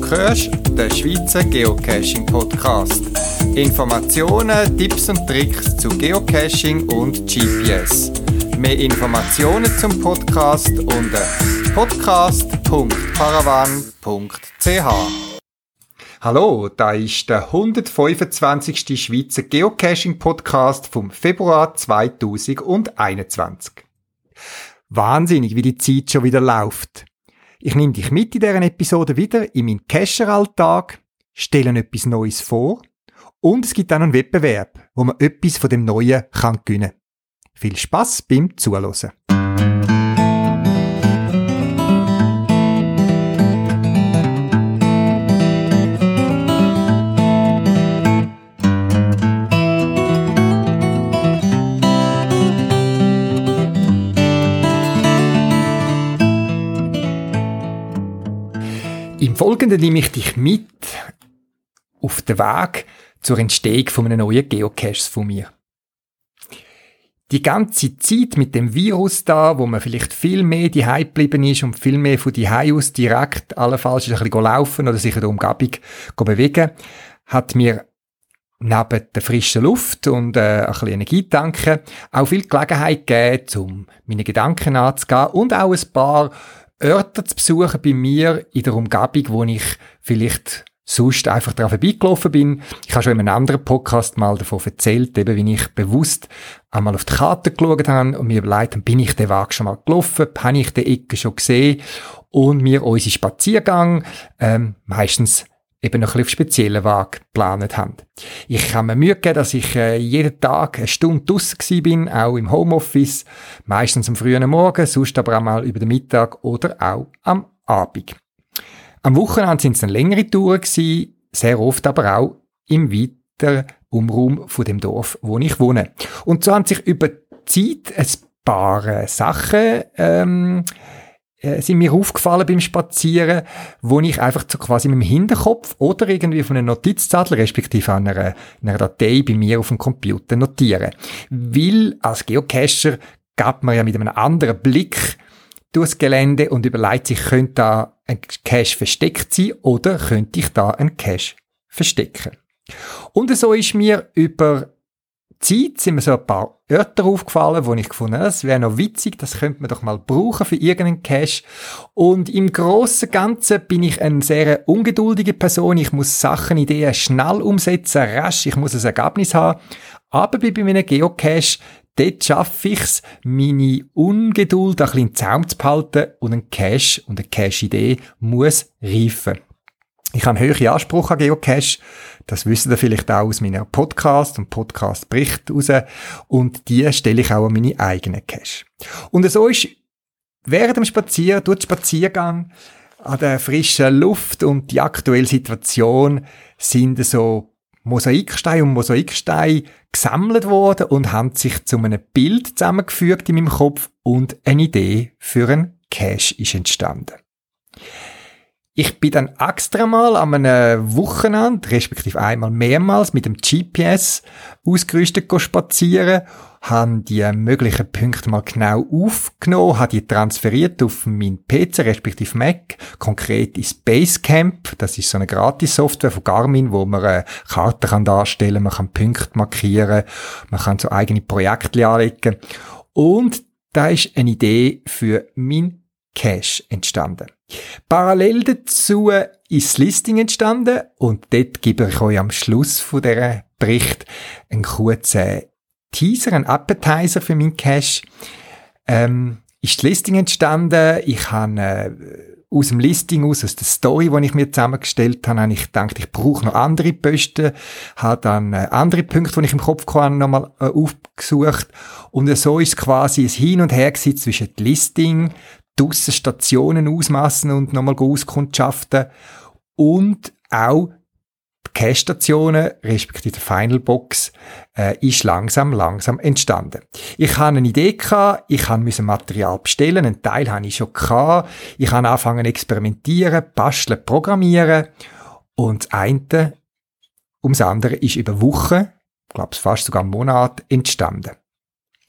Du hörst den Schweizer Geocaching-Podcast. Informationen, Tipps und Tricks zu Geocaching und GPS. Mehr Informationen zum Podcast unter podcast.paravan.ch. Hallo, da ist der 125. Schweizer Geocaching-Podcast vom Februar 2021. Wahnsinnig, wie die Zeit schon wieder läuft. Ich nehme dich mit in dieser Episode wieder in meinen Cacher-Alltag, stelle etwas Neues vor und es gibt auch einen Wettbewerb, wo man etwas von dem Neuen gewinnen kann. Viel Spass beim Zuhören. Im Folgenden nehme ich dich mit auf den Weg zur Entstehung von einem neuen Geocache von mir. Die ganze Zeit mit dem Virus da, wo man vielleicht viel mehr daheim geblieben ist und viel mehr von daheim aus direkt allenfalls ein bisschen laufen oder sich in der Umgebung bewegen, hat mir neben der frischen Luft und ein bisschen Energie tanken auch viel Gelegenheit gegeben, um meine Gedanken anzugehen und auch ein paar Orte zu besuchen bei mir in der Umgebung, wo ich vielleicht sonst einfach daran vorbeigelaufen bin. Ich habe schon in einem anderen Podcast mal davon erzählt, eben wie ich bewusst einmal auf die Karte geschaut habe und mir überlegt habe, bin ich den Weg schon mal gelaufen, habe ich den Ecke schon gesehen und mir unsere Spaziergang meistens eben noch ein bisschen auf speziellen Weg geplant haben. Ich habe mir Mühe gegeben, dass ich jeden Tag eine Stunde draussen gewesen bin, auch im Homeoffice, meistens am frühen Morgen, sonst aber auch mal über den Mittag oder auch am Abend. Am Wochenende sind es dann längere Touren gewesen, sehr oft aber auch im weiteren Umraum von dem Dorf, wo ich wohne. Und so haben sich über die Zeit ein paar Sachen sind mir aufgefallen beim Spazieren, wo ich einfach so quasi mit dem Hinterkopf oder irgendwie von einem Notizzettel, respektive einer Datei bei mir auf dem Computer notiere. Weil als Geocacher geht man ja mit einem anderen Blick durchs Gelände und überlegt sich, könnte da ein Cache versteckt sein oder könnte ich da einen Cache verstecken. Und so ist mir über Zeit sind mir so ein paar Örter aufgefallen, wo ich gefunden habe, das wäre noch witzig, das könnte man doch mal brauchen für irgendeinen Cache. Und im Grossen und Ganzen bin ich eine sehr ungeduldige Person. Ich muss Sachen, Ideen schnell umsetzen, rasch, ich muss ein Ergebnis haben. Aber bei meinem Geocache, dort schaffe ich es, meine Ungeduld ein bisschen im Zaum zu behalten und ein Cache und eine Cache-Idee muss reifen. Ich habe einen hohen Anspruch an Geocache. Das wissen ihr vielleicht auch aus meiner Podcast- und Podcast-Bericht raus. Und die stelle ich auch an meine eigenen Cache. Und so ist während dem Spazieren, durch den Spaziergang, an der frischen Luft und die aktuelle Situation sind so Mosaiksteine und Mosaiksteine gesammelt worden und haben sich zu einem Bild zusammengefügt in meinem Kopf und eine Idee für einen Cache ist entstanden. Ich bin dann extra mal an einem Wochenende, respektive einmal mehrmals, mit dem GPS ausgerüstet spazieren, habe die möglichen Punkte mal genau aufgenommen, habe die transferiert auf meinen PC, respektive Mac, konkret ins Basecamp. Das ist so eine Gratis-Software von Garmin, wo man Karten darstellen kann, man kann Punkte markieren, man kann so eigene Projekte anlegen. Und da ist eine Idee für mein Cache entstanden. Parallel dazu ist das Listing entstanden und dort gebe ich euch am Schluss von dieser Bericht einen kurzen Teaser, einen Appetizer für meinen Cache. Ist das Listing entstanden, ich habe aus dem Listing aus der Story, die ich mir zusammengestellt habe, ich gedacht, ich brauche noch andere Posten, habe dann andere Punkte, die ich im Kopf hatte, nochmal aufgesucht und so ist es quasi ein Hin und Her gewesen zwischen dem Listing, draussen Stationen ausmassen und nochmal auskundschaften und auch die Cache-Stationen, respektive die Final-Box, ist langsam entstanden. Ich hatte eine Idee gehabt, ich musste Material bestellen, einen Teil hatte ich schon gehabt, ich habe angefangen zu experimentieren, basteln, programmieren und das eine ums andere ist über Wochen, ich glaube fast sogar einen Monat, entstanden.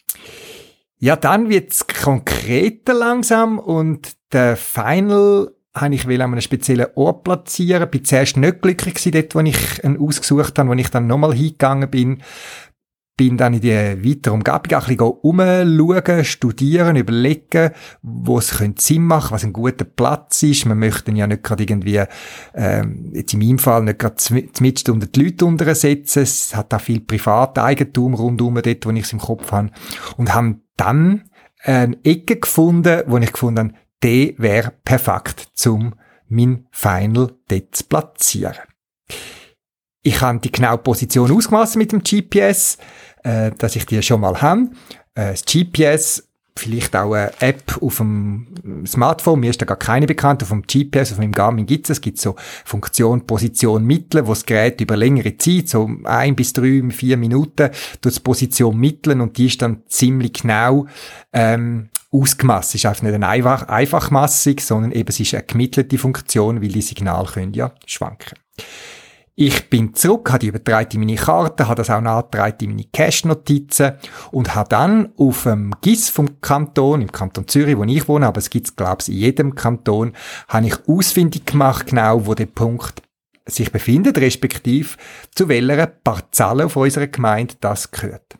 Ja, dann wird's konkreter langsam und der Final habe ich an einem speziellen Ort platzieren. Bin zuerst nicht glücklich gewesen, dort, wo ich ihn ausgesucht habe, wo ich dann nochmal hingegangen bin. Bin dann in die weitere Umgebung ein bisschen umschauen, studieren, überlegen, wo es Sinn machen könnte, was ein guter Platz ist. Man möchte ja nicht gerade irgendwie, jetzt in meinem Fall, nicht gerade mitten unter die Leute untersetzen. Es hat auch viel Privateigentum rundum dort, wo ich es im Kopf habe. Und haben dann eine Ecke gefunden, wo ich gefunden habe, die wäre perfekt, um mein Final dort zu platzieren. Ich habe die genaue Position ausgemessen mit dem GPS, dass ich die schon mal habe. Das GPS, vielleicht auch eine App auf dem Smartphone, mir ist da gar keine bekannt, auf dem GPS, auf meinem Garmin gibt es so Funktion, Position, Mitteln, wo das Gerät über längere Zeit, so 1 bis 3, 4 Minuten, durch die Position mitteln und die ist dann ziemlich genau ausgemasst. Es ist einfach nicht eine Einfachmassung, sondern eben es ist eine gemittelte Funktion, weil die Signale können ja schwanken. Ich bin zurück, habe die übertragen in meine Karte, habe das auch nachgetragen in meine Cache-Notizen und habe dann auf dem GIS vom Kanton, im Kanton Zürich, wo ich wohne, aber es gibt es, glaube ich, in jedem Kanton, habe ich ausfindig gemacht, genau, wo der Punkt sich befindet, respektive zu welcher Parzelle auf unserer Gemeinde das gehört.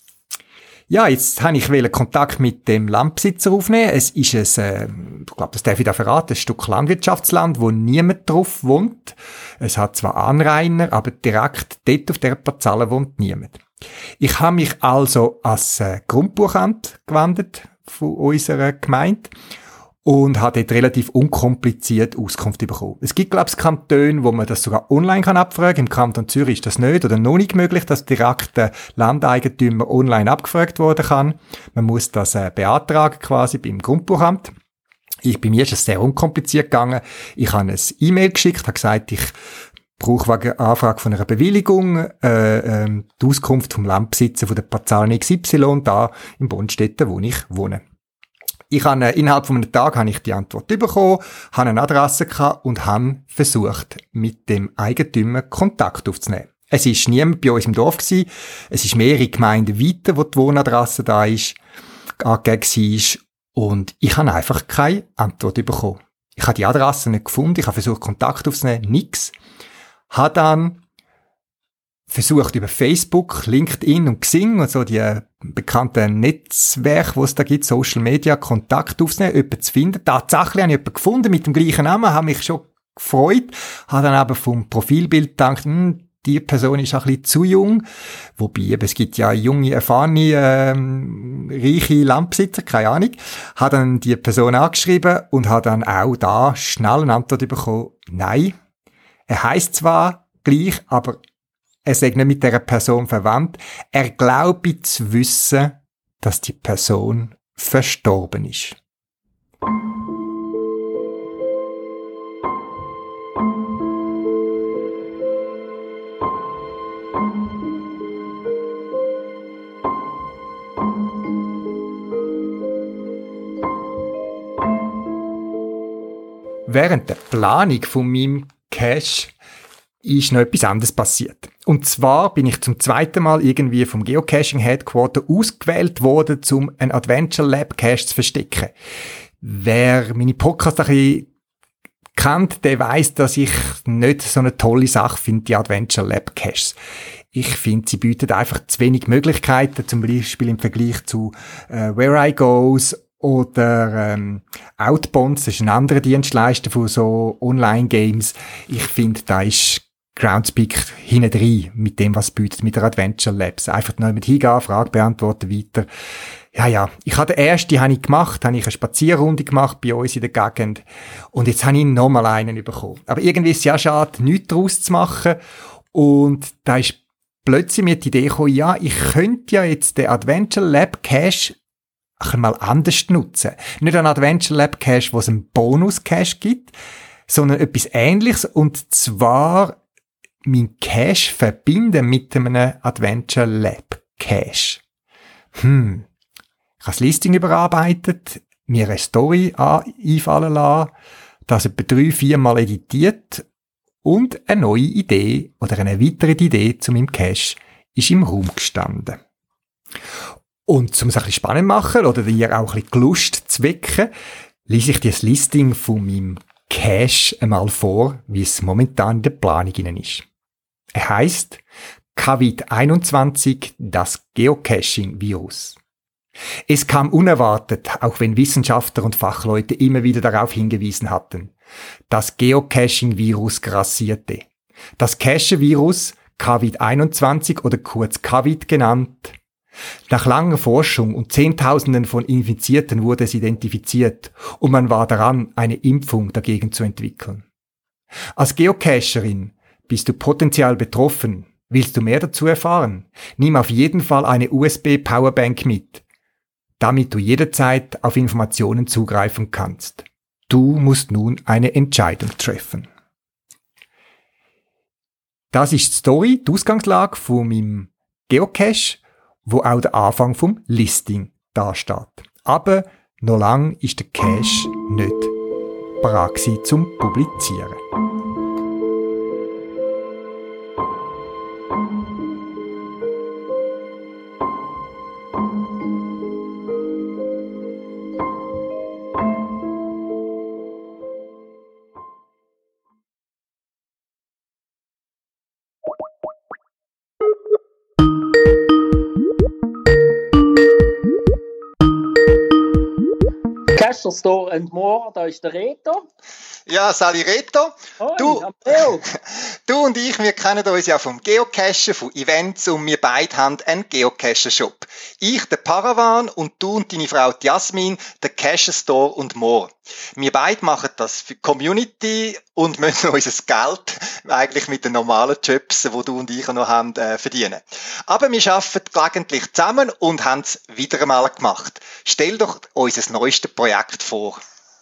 Ja, jetzt habe ich Kontakt mit dem Landbesitzer aufnehmen. Es ist ich glaube, das darf ich da verraten, ein Stück Landwirtschaftsland, wo niemand drauf wohnt. Es hat zwar Anrainer, aber direkt dort auf dieser Parzelle wohnt niemand. Ich habe mich also als Grundbuchamt gewendet von unserer Gemeinde und habe dort relativ unkompliziert Auskunft bekommen. Es gibt, glaube ich, Kantone, wo man das sogar online abfragen kann. Im Kanton Zürich ist das nicht oder noch nicht möglich, dass direkt der Landeigentümer online abgefragt werden kann. Man muss das beantragen quasi beim Grundbuchamt. Bei mir ist es sehr unkompliziert gegangen. Ich habe ein E-Mail geschickt, habe gesagt, ich brauche wegen Anfrage von einer Bewilligung die Auskunft vom Landbesitzer von der Parzelle XY da in Bonstetten, wo ich wohne. Innerhalb von einem Tag habe ich die Antwort bekommen, habe eine Adresse gehabt und habe versucht, mit dem Eigentümer Kontakt aufzunehmen. Es ist niemand bei uns im Dorf gewesen. Es ist mehrere Gemeinden weiter, wo die Wohnadresse da ist, angegeben war. Und ich habe einfach keine Antwort bekommen. Ich habe die Adresse nicht gefunden. Ich habe versucht, Kontakt aufzunehmen. Nix. Habe dann versucht, über Facebook, LinkedIn und Xing und so die bekannten Netzwerke, die es da gibt, Social Media, Kontakt aufzunehmen, jemanden zu finden. Tatsächlich habe ich jemanden gefunden mit dem gleichen Namen, habe mich schon gefreut, habe dann aber vom Profilbild gedacht, die Person ist ein bisschen zu jung. Wobei, eben, es gibt ja junge, erfahrene, reiche Landbesitzer, keine Ahnung. Habe dann die Person angeschrieben und habe dann auch da schnell eine Antwort bekommen, nein. Er heisst zwar gleich, aber er sei nicht mit dieser Person verwandt. Er glaube zu wissen, dass die Person verstorben ist. Während der Planung von meinem Cache ist noch etwas anderes passiert. Und zwar bin ich zum zweiten Mal irgendwie vom Geocaching Headquarter ausgewählt worden, um ein Adventure Lab Cache zu verstecken. Wer meine Podcasts ein bisschen kennt, der weiss, dass ich nicht so eine tolle Sache finde, die Adventure Lab Caches. Ich finde, sie bieten einfach zu wenig Möglichkeiten, zum Beispiel im Vergleich zu Where I Goes oder Outbounds, das ist ein anderer Dienstleister von so Online-Games. Ich finde, da ist Groundspeak hinten drin mit dem, was es bietet, mit der Adventure Labs. Einfach nur mit hingehen, Fragen beantworten, weiter. Ja. Ich habe den ersten, habe ich gemacht, habe ich eine Spazierrunde gemacht bei uns in der Gegend. Und jetzt habe ich nochmal einen bekommen. Aber irgendwie ist es ja schade, nichts daraus zu machen. Und da ist plötzlich mir die Idee gekommen, ja, ich könnte ja jetzt den Adventure Lab Cache mal anders nutzen. Nicht ein Adventure Lab Cache, wo es einen Bonus Cache gibt, sondern etwas Ähnliches. Und zwar mein Cache verbinden mit einem Adventure Lab Cache. Ich habe das Listing überarbeitet, mir eine Story einfallen lassen, das etwa 3-4 Mal editiert und eine neue Idee oder eine weitere Idee zu meinem Cache ist im Raum gestanden. Und um es ein bisschen spannend zu machen oder dir auch ein bisschen die Lust zu wecken, lese ich dir das Listing von meinem Cache einmal vor, wie es momentan in der Planung ist. Er heisst COVID-21, das Geocaching-Virus. Es kam unerwartet, auch wenn Wissenschaftler und Fachleute immer wieder darauf hingewiesen hatten. Das Geocaching-Virus grassierte. Das Cache-Virus, COVID-21 oder kurz Covid genannt. Nach langer Forschung und Zehntausenden von Infizierten wurde es identifiziert und man war daran, eine Impfung dagegen zu entwickeln. Als Geocacherin bist du potenziell betroffen. Willst du mehr dazu erfahren? Nimm auf jeden Fall eine USB-Powerbank mit, damit du jederzeit auf Informationen zugreifen kannst. Du musst nun eine Entscheidung treffen. Das ist die Story, die Ausgangslage von meinem Geocache, wo auch der Anfang vom Listing dasteht. Aber noch lange ist der Cache nicht bereit zum Publizieren. Cache Store and More, da ist der Reto. Ja, Sali Reto. Hoi, Du und ich, wir kennen uns ja vom Geocachen, von Events und wir beide haben einen Geocacher-Shop. Ich, der Paravan, und du und deine Frau Jasmin, der Cache Store und More. Wir beide machen das für die Community und müssen unser Geld eigentlich mit den normalen Jobs, die du und ich noch haben, verdienen. Aber wir arbeiten gelegentlich zusammen und haben es wieder einmal gemacht. Stell doch unser neuestes Projekt vor.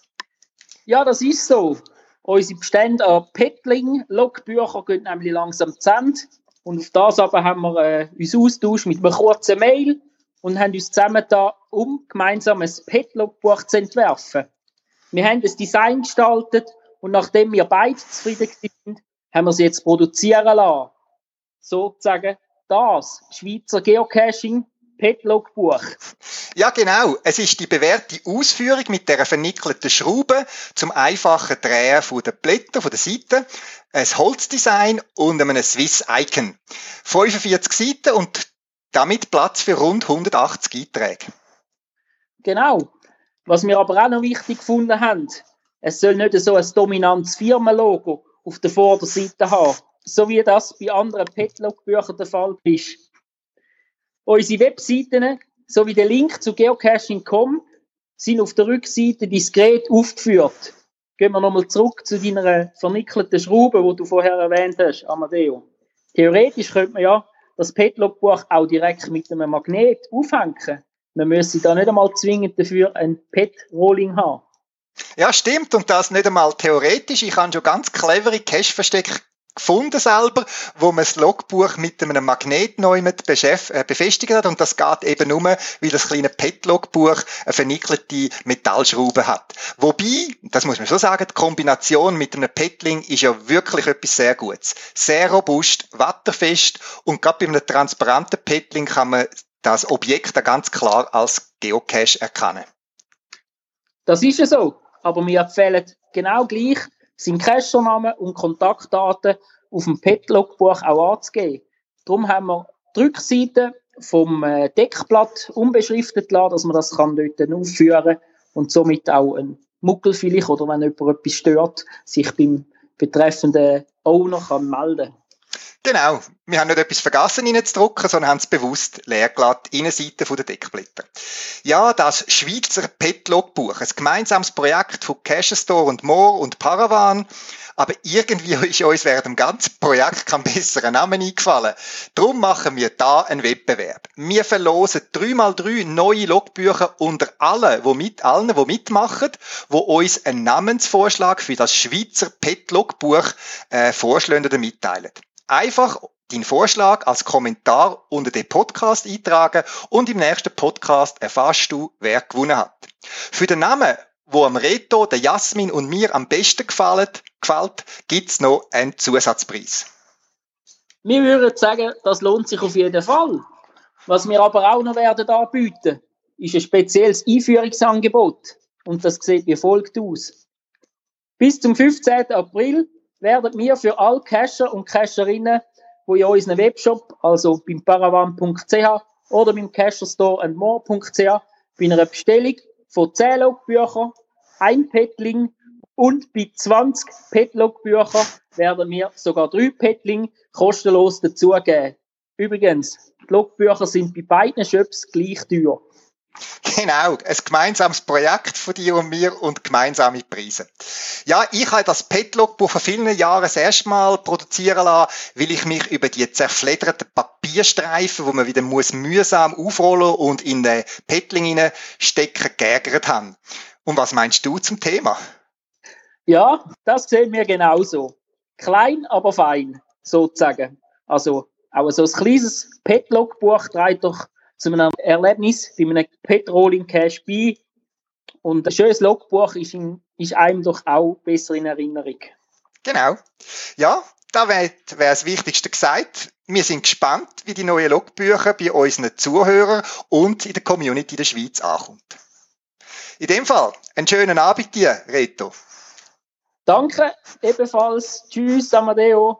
Ja, das ist so. Unsere Bestände an Petling-Logbüchern gehen nämlich langsam zu Ende. Und auf das aber haben wir uns austauscht mit einem kurzen Mail und haben uns zusammen da gemeinsam ein Pet-Logbuch zu entwerfen. Wir haben das Design gestaltet und nachdem wir beide zufrieden sind, haben wir es jetzt produzieren lassen. Sozusagen das Schweizer Geocaching Pet-Logbuch. Ja, genau. Es ist die bewährte Ausführung mit der vernickelten Schraube zum einfachen Drehen von den Blättern, von der Seite, ein Holzdesign und einem Swiss Icon. 45 Seiten und damit Platz für rund 180 Einträge. Genau. Was wir aber auch noch wichtig gefunden haben, es soll nicht so ein dominantes Firmenlogo auf der Vorderseite haben, so wie das bei anderen Pet-Logbüchern der Fall ist. Unsere Webseiten sowie der Link zu geocaching.com sind auf der Rückseite diskret aufgeführt. Gehen wir nochmal zurück zu deiner vernickelten Schraube, die du vorher erwähnt hast, Amadeo. Theoretisch könnte man ja das Pet-Logbuch auch direkt mit einem Magnet aufhängen. Man müsste da nicht einmal zwingend dafür ein Pet-Rolling haben. Ja, stimmt. Und das nicht einmal theoretisch. Ich habe schon ganz clevere Cache-Verstecke gefunden selber, wo man das Logbuch mit einem Magnet neu befestigt hat. Und das geht eben nur, weil das kleine Pet-Logbuch eine vernickelte Metallschraube hat. Wobei, das muss man schon sagen, die Kombination mit einem Petling ist ja wirklich etwas sehr Gutes. Sehr robust, watterfest und gerade bei einem transparenten Petling kann man das Objekt da ganz klar als Geocache erkennen. Das ist ja so. Aber wir empfehlen genau gleich, seinen Cachernamen und Kontaktdaten auf dem Pet-Logbuch auch anzugeben. Darum haben wir die Rückseite vom Deckblatt unbeschriftet lassen, dass man das kann dort aufführen und somit auch ein Muckel vielleicht oder wenn jemand etwas stört, sich beim betreffenden Owner kann melden. Genau. Wir haben nicht etwas vergessen reinzudrucken, sondern haben es bewusst leer gelassen, Innenseite der Deckblätter. Ja, das Schweizer Pet-Logbuch, ein gemeinsames Projekt von Cache Store und More und Paravan. Aber irgendwie ist uns während dem ganzen Projekt kein besserer Name eingefallen. Darum machen wir da einen Wettbewerb. Wir verlosen 3x3 neue Logbücher unter allen, die mitmachen, die uns einen Namensvorschlag für das Schweizer Pet-Logbuch vorschlagen oder mitteilen. Einfach deinen Vorschlag als Kommentar unter den Podcast eintragen und im nächsten Podcast erfährst du, wer gewonnen hat. Für den Namen, wo am Reto, der Jasmin und mir am besten gefällt, gibt es noch einen Zusatzpreis. Wir würden sagen, das lohnt sich auf jeden Fall. Was wir aber auch noch werden anbieten, ist ein spezielles Einführungsangebot. Und das sieht wie folgt aus. Bis zum 15. April werden wir für alle Cacher und Cacherinnen, die in unserem Webshop, also beim paravan.ch oder beim cacherstoreandmore.ch, bei einer Bestellung von 10 Logbüchern, 1 Petling und bei 20 Pet-Logbüchern werden wir sogar 3 Petling kostenlos dazugeben. Übrigens, die Logbücher sind bei beiden Shops gleich teuer. Genau, ein gemeinsames Projekt von dir und mir und gemeinsame Preise. Ja, ich habe das Pet-Logbuch vor vielen Jahren das erste Mal produzieren lassen, weil ich mich über die zerfledderten Papierstreifen, die man wieder mühsam aufrollen und in den Petling stecken, geärgert habe. Und was meinst du zum Thema? Ja, das sehen wir genauso. Klein, aber fein, sozusagen. Also auch so ein kleines Pet-Logbuch trägt doch zu einem Erlebnis bei einem Pet-Rolling-Cache bei. Und ein schönes Logbuch ist einem doch auch besser in Erinnerung. Genau. Ja, da wäre das Wichtigste gesagt. Wir sind gespannt, wie die neuen Logbücher bei unseren Zuhörern und in der Community der Schweiz ankommt. In dem Fall, einen schönen Abend dir, Reto. Danke, ebenfalls. Tschüss, Amadeo.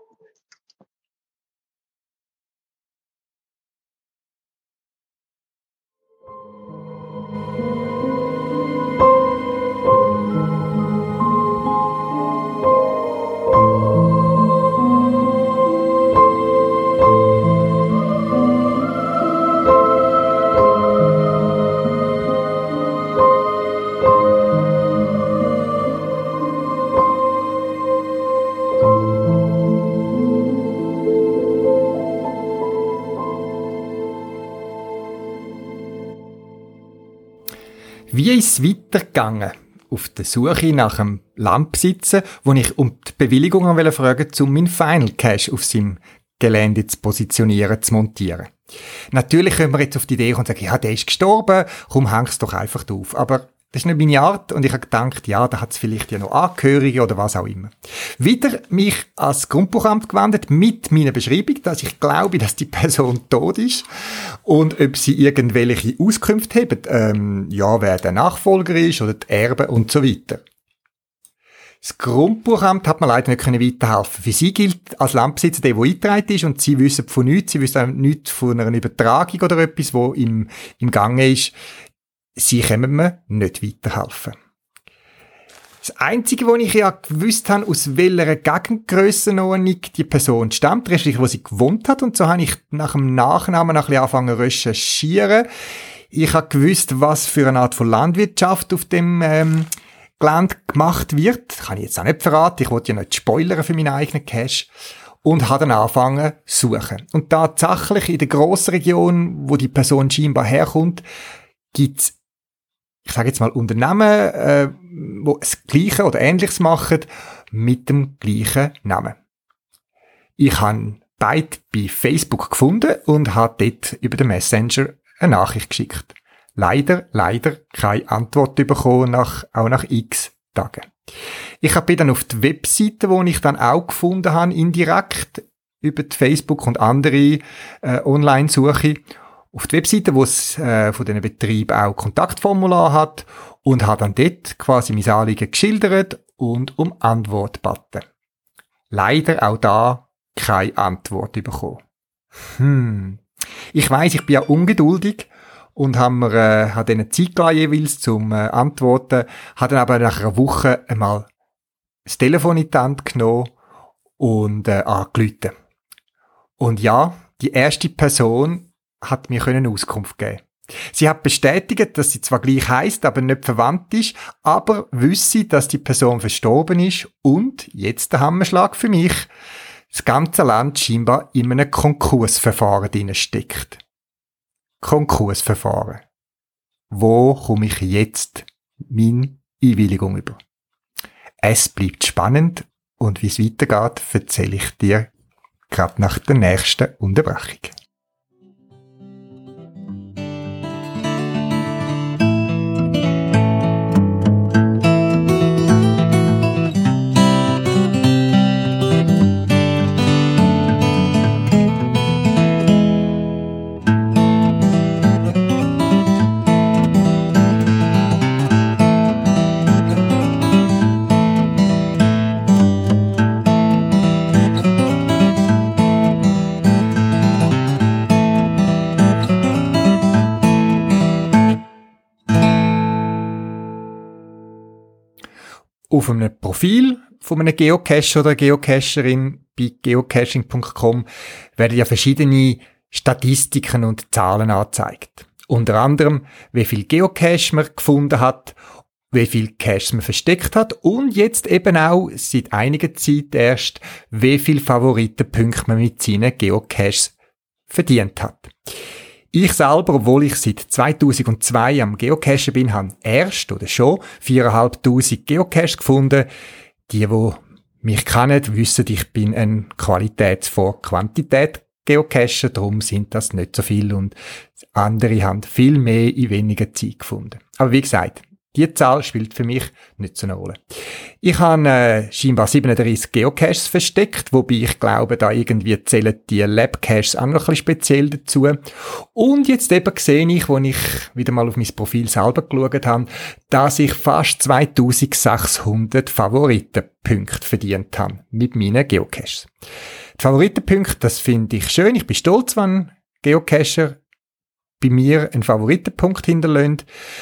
Wie ist es weitergegangen? Auf der Suche nach einem Landbesitzer, wo ich um die Bewilligung fragen wollte, um meinen Final Cache auf seinem Gelände zu positionieren, zu montieren. Natürlich können wir jetzt auf die Idee kommen und sagen, ja, der ist gestorben, komm, häng's doch einfach drauf. Aber das ist nicht meine Art und ich habe gedacht, ja, da hat es vielleicht ja noch Angehörige oder was auch immer. Wieder mich ans Grundbuchamt gewendet mit meiner Beschreibung, dass ich glaube, dass die Person tot ist und ob sie irgendwelche Auskünfte haben, ja, wer der Nachfolger ist oder die Erben und so weiter. Das Grundbuchamt hat mir leider nicht weiterhelfen. Für sie gilt als Landbesitzer der eingetragen ist und sie wissen von nichts, sie wissen auch nichts von einer Übertragung oder etwas, wo im Gange ist. Sie können mir nicht weiterhelfen. Das Einzige, was ich ja gewusst habe, aus welcher Gegengrössenordnung die Person stammt, respektive wo sie gewohnt hat, und so habe ich nach dem Nachnamen ein bisschen angefangen zu recherchieren. Ich habe gewusst, was für eine Art von Landwirtschaft auf dem Gelände gemacht wird. Das kann ich jetzt auch nicht verraten, ich wollte ja nicht spoilern für meinen eigenen Cache. Und habe dann angefangen zu suchen. Und tatsächlich in der grossen Region, wo die Person scheinbar herkommt, gibt's, ich sage jetzt mal, Unternehmen, die das Gleiche oder Ähnliches machen, mit dem gleichen Namen. Ich habe beide bei Facebook gefunden und habe dort über den Messenger eine Nachricht geschickt. Leider keine Antwort bekommen, auch nach x Tagen. Ich bin dann auf die Webseite, die ich dann auch gefunden habe, indirekt, über die Facebook und andere Online-Suche, auf die Webseite, wo es von diesen Betrieben auch Kontaktformular hat, und habe dann dort quasi mein Anliegen geschildert und um Antwort gebeten. Leider auch da keine Antwort bekommen. Ich weiss, ich bin ja ungeduldig und habe denen Zeit gegeben, jeweils zum Antworten, habe dann aber nach einer Woche einmal das Telefon in die Hand genommen und angerufen. Und ja, die erste Person hat mir Auskunft geben. Sie hat bestätigt, dass sie zwar gleich heisst, aber nicht verwandt ist, aber wüsste, dass die Person verstorben ist und, jetzt der Hammerschlag für mich, das ganze Land scheinbar in einem Konkursverfahren drin steckt. Konkursverfahren. Wo komme ich jetzt meine Einwilligung über? Es bleibt spannend und wie es weitergeht, erzähle ich dir gerade nach der nächsten Unterbrechung. auf einem Profil von einem Geocacher oder Geocacherin bei geocaching.com werden ja verschiedene Statistiken und Zahlen angezeigt. Unter anderem, wie viel Geocache man gefunden hat, wie viel Caches man versteckt hat und jetzt eben auch seit einiger Zeit erst, wie viel Favoritenpunkte man mit seinen Geocaches verdient hat. Ich selber, obwohl ich seit 2002 am Geocachen bin, habe erst oder schon 4'500 Geocaches gefunden. Die mich kennen, wissen, ich bin ein Qualitäts- vor Quantität Geocacher, darum sind das nicht so viel und andere haben viel mehr in weniger Zeit gefunden. Aber wie gesagt, die Zahl spielt für mich nicht so eine Rolle. Ich habe scheinbar 37 Geocaches versteckt, wobei ich glaube, da irgendwie zählen die Lab-Caches auch noch ein bisschen speziell dazu. Und jetzt eben sehe ich, als ich wieder mal auf mein Profil selber geschaut habe, dass ich fast 2600 Favoritenpunkte verdient habe mit meinen Geocaches. Die Favoritenpunkte, das finde ich schön. Ich bin stolz, wenn Geocacher bei mir einen Favoritenpunkt hinterlassen.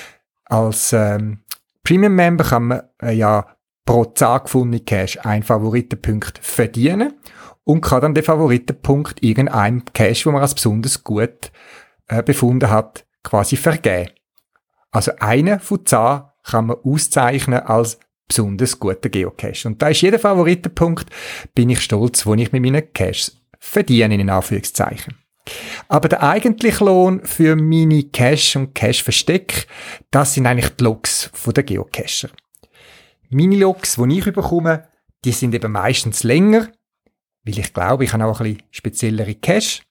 Als Premium-Member kann man ja pro 10 gefundene Cache einen Favoritenpunkt verdienen und kann dann den Favoritenpunkt irgendeinem Cache, wo man als besonders gut befunden hat, quasi vergeben. Also einen von 10 kann man auszeichnen als besonders guter Geocache. Und da ist jeder Favoritenpunkt, bin ich stolz, wo ich mit meinen Caches verdiene, in Anführungszeichen. Aber der eigentliche Lohn für meine Cache und Cache-Versteck, das sind eigentlich die Logs der Geocacher. Meine Logs, die ich bekomme, die sind eben meistens länger, weil ich glaube, ich habe auch ein bisschen speziellere Cache.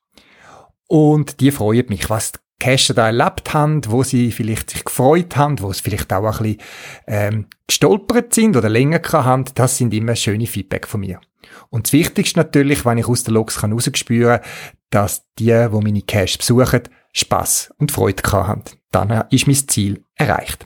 Und die freuen mich, was die Cacher da erlebt haben, wo sie vielleicht sich gefreut haben, wo sie vielleicht auch ein bisschen gestolpert sind oder länger haben. Das sind immer schöne Feedback von mir. Und das Wichtigste natürlich, wenn ich aus den Logs herausspüren kann, dass die meine Cache besuchen, Spass und Freude haben. Dann ist mein Ziel erreicht.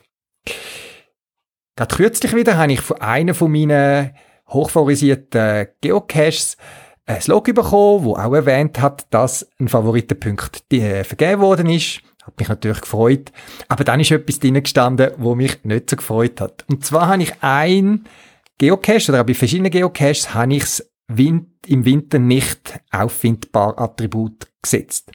Gerade kürzlich wieder habe ich von einer von meinen hochfavorisierten Geocaches ein Log bekommen, wo auch erwähnt hat, dass ein Favoritenpunkt vergeben worden ist. Hat mich natürlich gefreut. Aber dann ist etwas drin gestanden, wo mich nicht so gefreut hat. Und zwar habe ich ein Geocache, oder auch bei verschiedenen Geocaches, habe ich es im Winter nicht auffindbar Attribut gesetzt.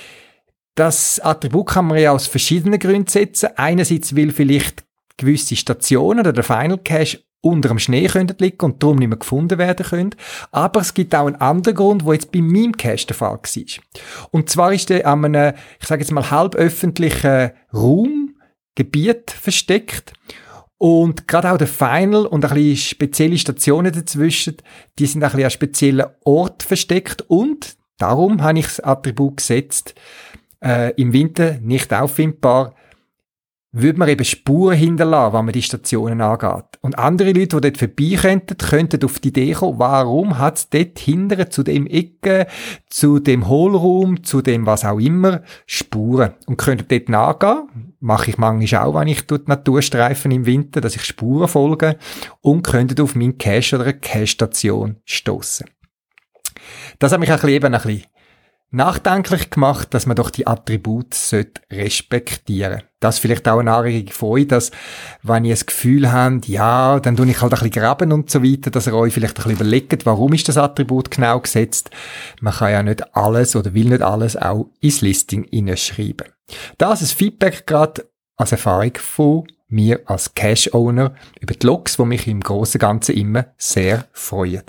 Das Attribut kann man ja aus verschiedenen Gründen setzen. Einerseits, weil vielleicht gewisse Stationen oder der Final Cache unter dem Schnee liegen und darum nicht mehr gefunden werden können. Aber es gibt auch einen anderen Grund, der jetzt bei meinem Cache der Fall war. Und zwar ist der an einem, ich sage jetzt mal, halböffentlichen Raumgebiet versteckt. Und gerade auch der Final und ein bisschen spezielle Stationen dazwischen, die sind ein bisschen an speziellen Ort versteckt und darum habe ich das Attribut gesetzt, im Winter nicht auffindbar, würde man eben Spuren hinterlassen, wenn man die Stationen angeht. Und andere Leute, die dort vorbei könnten auf die Idee kommen, warum hat es dort hinten zu dem Ecke, zu dem Hohlraum, zu dem was auch immer, Spuren. Und könnten dort nachgehen, mache ich manchmal auch, wenn ich durch die Naturstreifen im Winter, dass ich Spuren folge und könnten auf meinen Cache oder eine Cache-Station stossen. Das hat mich ein bisschen nachdenklich gemacht, dass man doch die Attribute respektieren sollte. Das vielleicht auch eine Anregung von euch, dass, wenn ihr das Gefühl habt, ja, dann tue ich halt ein bisschen graben und so weiter, dass ihr euch vielleicht ein bisschen überlegt, warum ist das Attribut genau gesetzt. Man kann ja nicht alles oder will nicht alles auch ins Listing hineinschreiben. Das ist Feedback gerade als Erfahrung von mir als Cache-Owner über die Logs, die mich im Großen und Ganzen immer sehr freuen.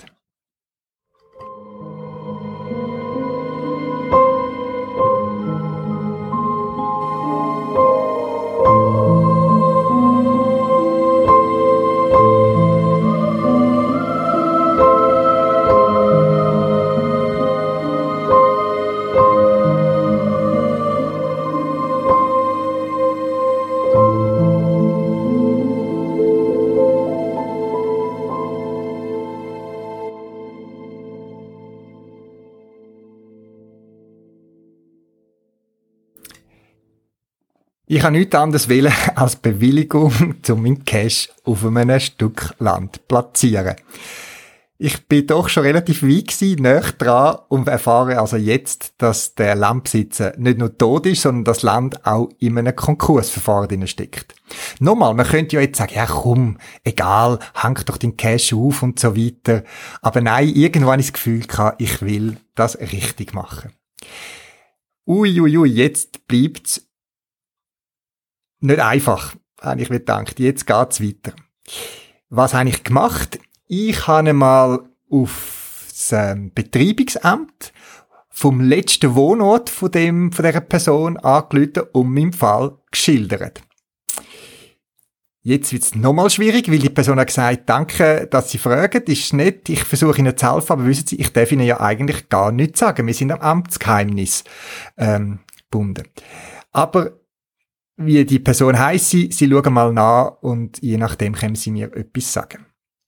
Ich habe nichts anderes wollen als Bewilligung, um meinen Cache auf einem Stück Land zu platzieren. Ich bin doch schon relativ weit gewesen, näher dran und erfahre also jetzt, dass der Landbesitzer nicht nur tot ist, sondern das Land auch in einem Konkursverfahren drin steckt. Nochmal, man könnte ja jetzt sagen, ja komm, egal, hang doch den Cash auf und so weiter. Aber nein, irgendwann habe ich das Gefühl gehabt, ich will das richtig machen. Jetzt bleibt's nicht einfach, habe ich mir gedacht. Jetzt geht's weiter. Was habe ich gemacht? Ich habe mal auf das Betreibungsamt vom letzten Wohnort von dieser Person angerufen und meinen Fall geschildert. Jetzt wird es nochmal schwierig, weil die Person hat gesagt, danke, dass Sie fragen, ist nett, ich versuche Ihnen zu helfen, aber wissen Sie, ich darf Ihnen ja eigentlich gar nichts sagen. Wir sind am Amtsgeheimnis gebunden. Aber wie die Person heisst, Sie schauen mal nach und je nachdem können Sie mir etwas sagen.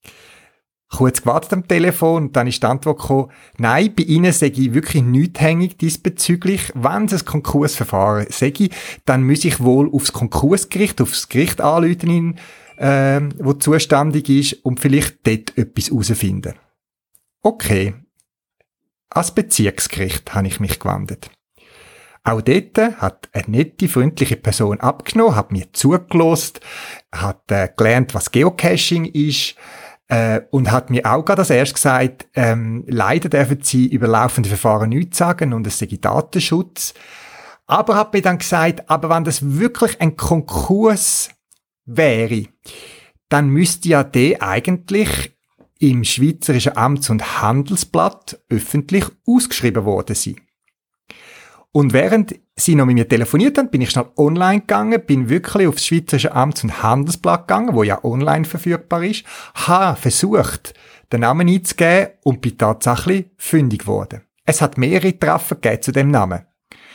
Kurz gewartet am Telefon und dann ist die Antwort gekommen, nein, bei Ihnen sage ich wirklich nichts hängig diesbezüglich. Wenn es ein Konkursverfahren sage, dann muss ich wohl aufs Konkursgericht, aufs Gericht anrufen, wo zuständig ist und vielleicht dort etwas herausfinden. Okay. Ans Bezirksgericht habe ich mich gewandt. Auch dort hat eine nette, freundliche Person abgenommen, hat mir zugelassen, hat gelernt, was Geocaching ist, und hat mir auch gerade als erstes gesagt, leider dürfen Sie über laufende Verfahren nichts sagen und es sei Datenschutz. Aber hat mir dann gesagt, aber wenn das wirklich ein Konkurs wäre, dann müsste ja der eigentlich im Schweizerischen Amts- und Handelsblatt öffentlich ausgeschrieben worden sein. Und während sie noch mit mir telefoniert haben, bin ich schnell online gegangen, bin wirklich aufs Schweizerische Amts- und Handelsblatt gegangen, wo ja online verfügbar ist, habe versucht, den Namen einzugeben und bin tatsächlich fündig geworden. Es hat mehrere Treffer gegeben zu dem Namen.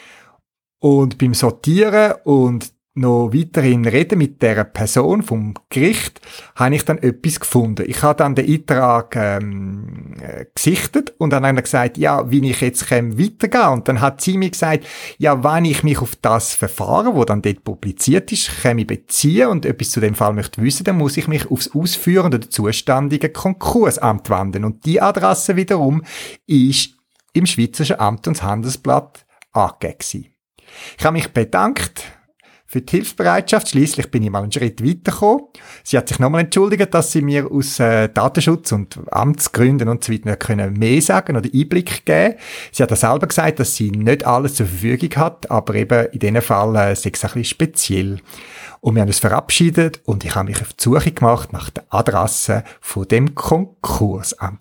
Und beim Sortieren und noch weiterhin reden mit dieser Person vom Gericht, habe ich dann etwas gefunden. Ich habe dann den Eintrag gesichtet und dann habe ich gesagt, ja, wie ich jetzt weitergehen. Und dann hat sie mir gesagt, ja, wenn ich mich auf das Verfahren, wo dann dort publiziert ist, beziehen und etwas zu dem Fall möchte wissen, dann muss ich mich aufs ausführende oder zuständige Konkursamt wenden. Und die Adresse wiederum ist im Schweizerischen Amt- und Handelsblatt angegeben. Ich habe mich bedankt für die Hilfsbereitschaft. Schliesslich bin ich mal einen Schritt weitergekommen. Sie hat sich nochmal entschuldigt, dass sie mir aus Datenschutz und Amtsgründen und so weiter mehr sagen oder Einblick geben. Sie hat auch selber gesagt, dass sie nicht alles zur Verfügung hat, aber eben in diesem Fall sei es ein bisschen speziell. Und wir haben uns verabschiedet und ich habe mich auf die Suche gemacht nach der Adresse von dem Konkursamt.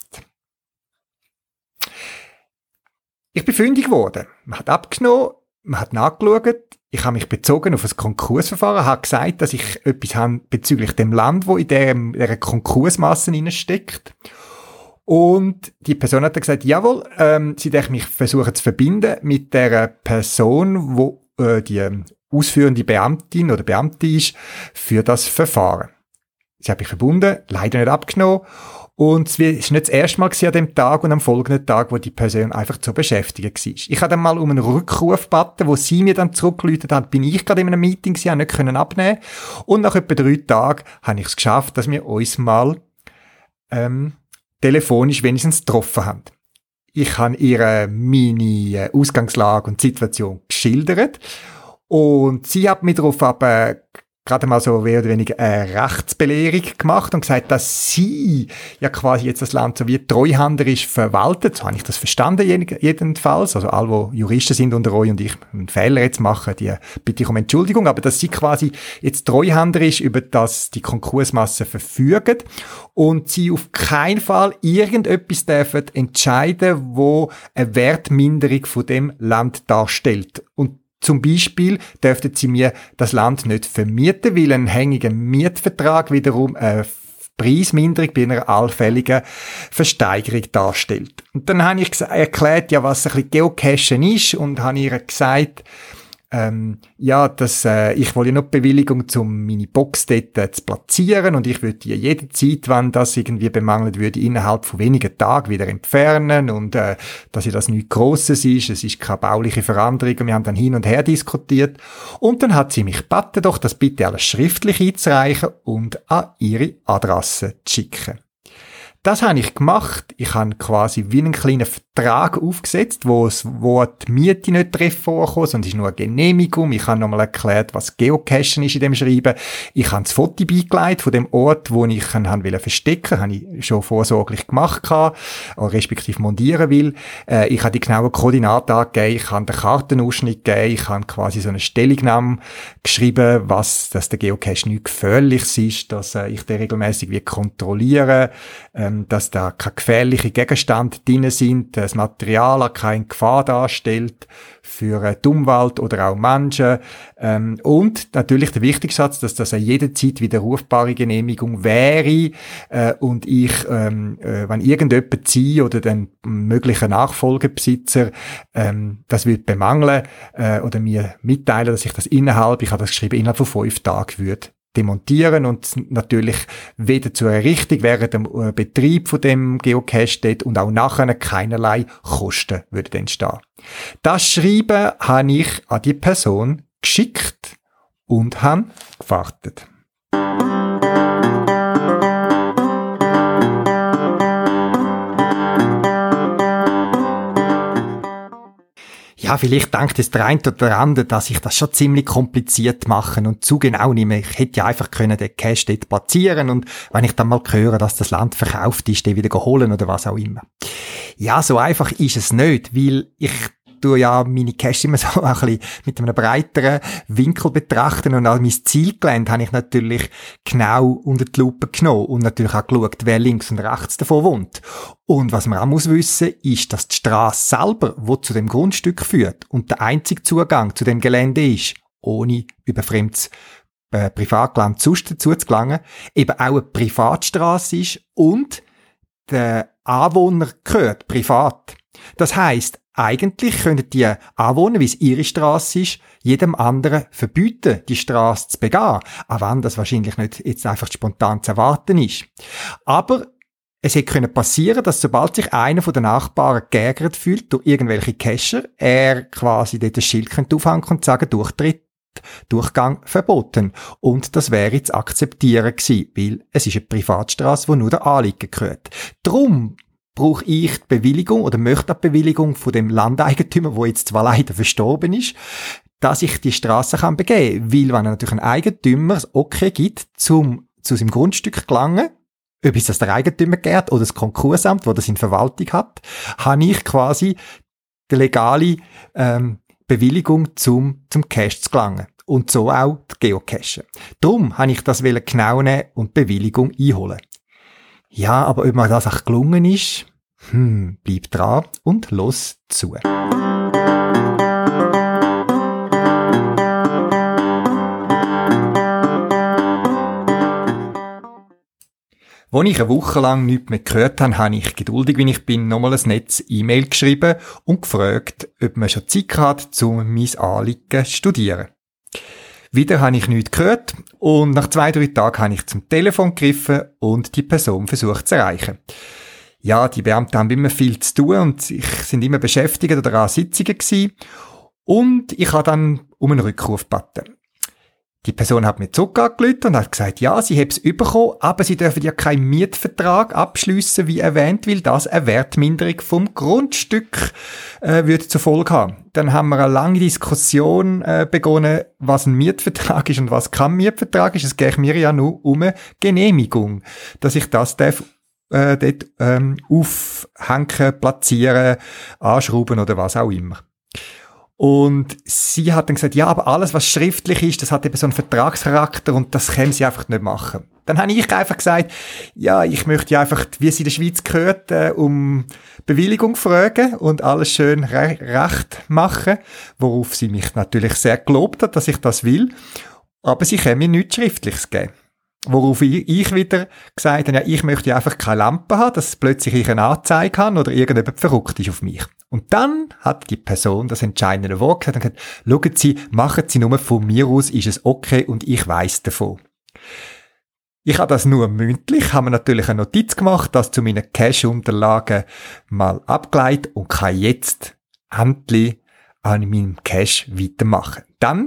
Ich bin fündig geworden. Man hat abgenommen, man hat nachgeschaut. Ich habe mich bezogen auf ein Konkursverfahren, habe gesagt, dass ich etwas habe bezüglich dem Land, wo in dieser Konkursmasse steckt. Und die Person hat dann gesagt, jawohl, sie darf mich versuchen zu verbinden mit der Person, wo die ausführende Beamtin oder Beamte ist für das Verfahren. Sie hat mich verbunden, leider nicht abgenommen. Und es war nicht das erste Mal an dem Tag und am folgenden Tag, wo die Person einfach zu beschäftigen war. Ich habe dann mal um einen Rückruf gebeten, wo sie mir dann zurückgeläutet hat, bin ich gerade in einem Meeting gewesen, habe nicht abnehmen können. Und nach etwa 3 Tagen habe ich es geschafft, dass wir uns mal telefonisch wenigstens getroffen haben. Ich habe ihr meine Ausgangslage und Situation geschildert und sie hat mir darauf aber gerade mal so mehr oder weniger eine Rechtsbelehrung gemacht und gesagt, dass sie ja quasi jetzt das Land so wie treuhanderisch verwaltet. So habe ich das verstanden jedenfalls. Also alle, die Juristen sind unter euch und ich einen Fehler jetzt mache, die bitte ich um Entschuldigung. Aber dass sie quasi jetzt treuhanderisch über die Konkursmasse verfügen und sie auf keinen Fall irgendetwas dürfen entscheiden, wo eine Wertminderung von dem Land darstellt. Und zum Beispiel dürften sie mir das Land nicht vermieten, weil ein hängiger Mietvertrag wiederum eine Preisminderung bei einer allfälligen Versteigerung darstellt. Und dann habe ich erklärt, ja, was ein bisschen Geocachen ist und habe ihr gesagt, ja, dass ich will ja noch die Bewilligung, um meine Box dort zu platzieren und ich würde die jederzeit, wenn das irgendwie bemangelt würde, innerhalb von wenigen Tagen wieder entfernen und dass ja das nichts Grosses ist, es ist keine bauliche Veränderung. Wir haben dann hin und her diskutiert und dann hat sie mich gebeten, doch das bitte alles schriftlich einzureichen und an ihre Adresse zu schicken. Das habe ich gemacht. Ich habe quasi wie einen kleinen Vertrag aufgesetzt, wo die Miete nicht drin vorkommt, sondern es ist nur eine Genehmigung. Ich habe nochmal erklärt, was Geocachen ist in dem Schreiben. Ich habe das Foto beigelegt von dem Ort, wo ich ihn verstecken wollte. Habe ich schon vorsorglich gemacht, respektive montieren will. Ich habe die genauen Koordinaten angegeben. Ich habe den Kartenausschnitt gegeben. Ich habe quasi so eine Stellungnahme geschrieben, dass der Geocache nicht gefährlich ist, dass ich den regelmäßig kontrolliere, dass da keine gefährlichen Gegenstände drin sind, das Material auch keine Gefahr darstellt für die Umwelt oder auch Menschen. Und natürlich der wichtigste Satz, dass das jederzeit widerrufbare Genehmigung wäre und ich, wenn irgendjemand sie oder den möglichen Nachfolgebesitzer das würde bemängeln oder mir mitteilen, dass ich das innerhalb von 5 Tagen würde demontieren und natürlich weder zur Errichtung während dem Betrieb von dem Geocache dort und auch nachher keinerlei Kosten würden entstehen. Das Schreiben habe ich an die Person geschickt und habe gewartet. Ja, vielleicht denkt es der eine oder der andere, dass ich das schon ziemlich kompliziert mache und zu genau nehme. Ich hätte ja einfach den Cache dort platzieren und wenn ich dann mal höre, dass das Land verkauft ist, den wieder holen oder was auch immer. Ja, so einfach ist es nicht, weil ich tue ja meine Caches immer so ein bisschen mit einem breiteren Winkel betrachten und an mein Zielgelände habe ich natürlich genau unter die Lupe genommen und natürlich auch geschaut, wer links und rechts davon wohnt. Und was man auch muss wissen, ist, dass die Strasse selber, die zu dem Grundstück führt und der einzige Zugang zu dem Gelände ist, ohne über fremdes Privatgelände dazu zu gelangen, eben auch eine Privatstrasse ist und der Anwohner gehört privat. Das heisst, eigentlich können die Anwohner, wie es ihre Strasse ist, jedem anderen verbieten, die Strasse zu begehen. Auch wenn das wahrscheinlich nicht jetzt einfach spontan zu erwarten ist. Aber es hätte passieren können, dass sobald sich einer von den Nachbarn geärgert fühlt durch irgendwelche Cacher, er quasi dort ein Schild aufhängen und sagen, Durchgang verboten. Und das wäre zu akzeptieren gewesen, weil es ist eine Privatstrasse, die nur der Anlieger gehört. Drum brauche ich die Bewilligung oder möchte die Bewilligung von dem Landeigentümer, der jetzt zwar leider verstorben ist, dass ich die Strasse kann begehen. Weil wenn er natürlich ein Eigentümer das Okay gibt, zu seinem Grundstück gelangen, ob es das der Eigentümer gehört oder das Konkursamt, wo das in Verwaltung hat, habe ich quasi die legale Bewilligung zum Cache zu gelangen. Und so auch die Geocache. Darum habe ich das genau nehmen und die Bewilligung einholen. Ja, aber ob mir das auch gelungen ist, bleib dran und los zu. Als ich eine Woche lang nichts mehr gehört habe, habe ich, geduldig wie ich bin, nochmal ein Netz E-Mail geschrieben und gefragt, ob man schon Zeit hat, um mein Anliegen zu studieren. Wieder habe ich nichts gehört und nach 2-3 Tagen habe ich zum Telefon gegriffen und die Person versucht zu erreichen. Ja, die Beamten haben immer viel zu tun und sind immer beschäftigt oder an Sitzungen gewesen. Und ich habe dann um einen Rückruf gebeten. Die Person hat mir zurückangerufen und hat gesagt, ja, sie habe es bekommen, aber sie dürfen ja keinen Mietvertrag abschliessen, wie erwähnt, weil das eine Wertminderung vom Grundstück würde zur Folge haben. Dann haben wir eine lange Diskussion begonnen, was ein Mietvertrag ist und was kein Mietvertrag ist. Es geht mir ja nur um eine Genehmigung, dass ich das darf dort aufhängen, platzieren, anschrauben oder was auch immer. Und sie hat dann gesagt, ja, aber alles, was schriftlich ist, das hat eben so einen Vertragscharakter und das können sie einfach nicht machen. Dann habe ich einfach gesagt, ja, ich möchte ja einfach, wie es in der Schweiz gehört, um Bewilligung fragen und alles schön recht machen, worauf sie mich natürlich sehr gelobt hat, dass ich das will, aber sie können mir nichts Schriftliches geben. Worauf ich wieder gesagt habe, ja, ich möchte ja einfach keine Lampe haben, dass plötzlich ich eine Anzeige habe oder irgendjemand verrückt ist auf mich. Und dann hat die Person das entscheidende Wort gesagt und gesagt, schauen Sie, machen Sie nur von mir aus, ist es okay und ich weiss davon. Ich habe das nur mündlich, habe mir natürlich eine Notiz gemacht, das zu meinen Cache-Unterlagen mal abgeleitet und kann jetzt endlich an meinem Cache weitermachen. Dann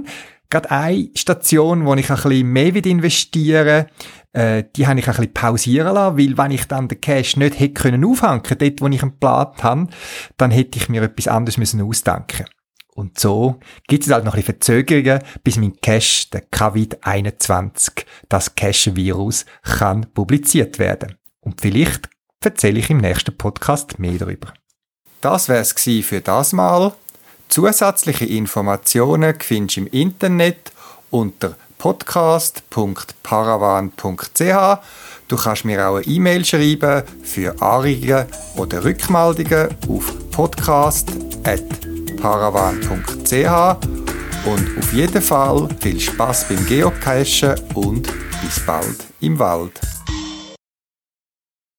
Gerade eine Station, wo ich ein bisschen mehr investieren will, die habe ich ein bisschen pausieren lassen, weil wenn ich dann den Cache nicht hätte können aufhängen, dort wo ich ihn geplant habe, dann hätte ich mir etwas anderes müssen ausdenken. Und so gibt es halt noch ein bisschen Verzögerungen, bis mein Cache, der Covid-21, das Cache-Virus, kann publiziert werden. Und vielleicht erzähle ich im nächsten Podcast mehr darüber. Das wäre es für das Mal. Zusätzliche Informationen findest du im Internet unter podcast.paravan.ch. Du kannst mir auch eine E-Mail schreiben für Anregungen oder Rückmeldungen auf podcast.paravan.ch. Und auf jeden Fall viel Spaß beim Geocachen und bis bald im Wald.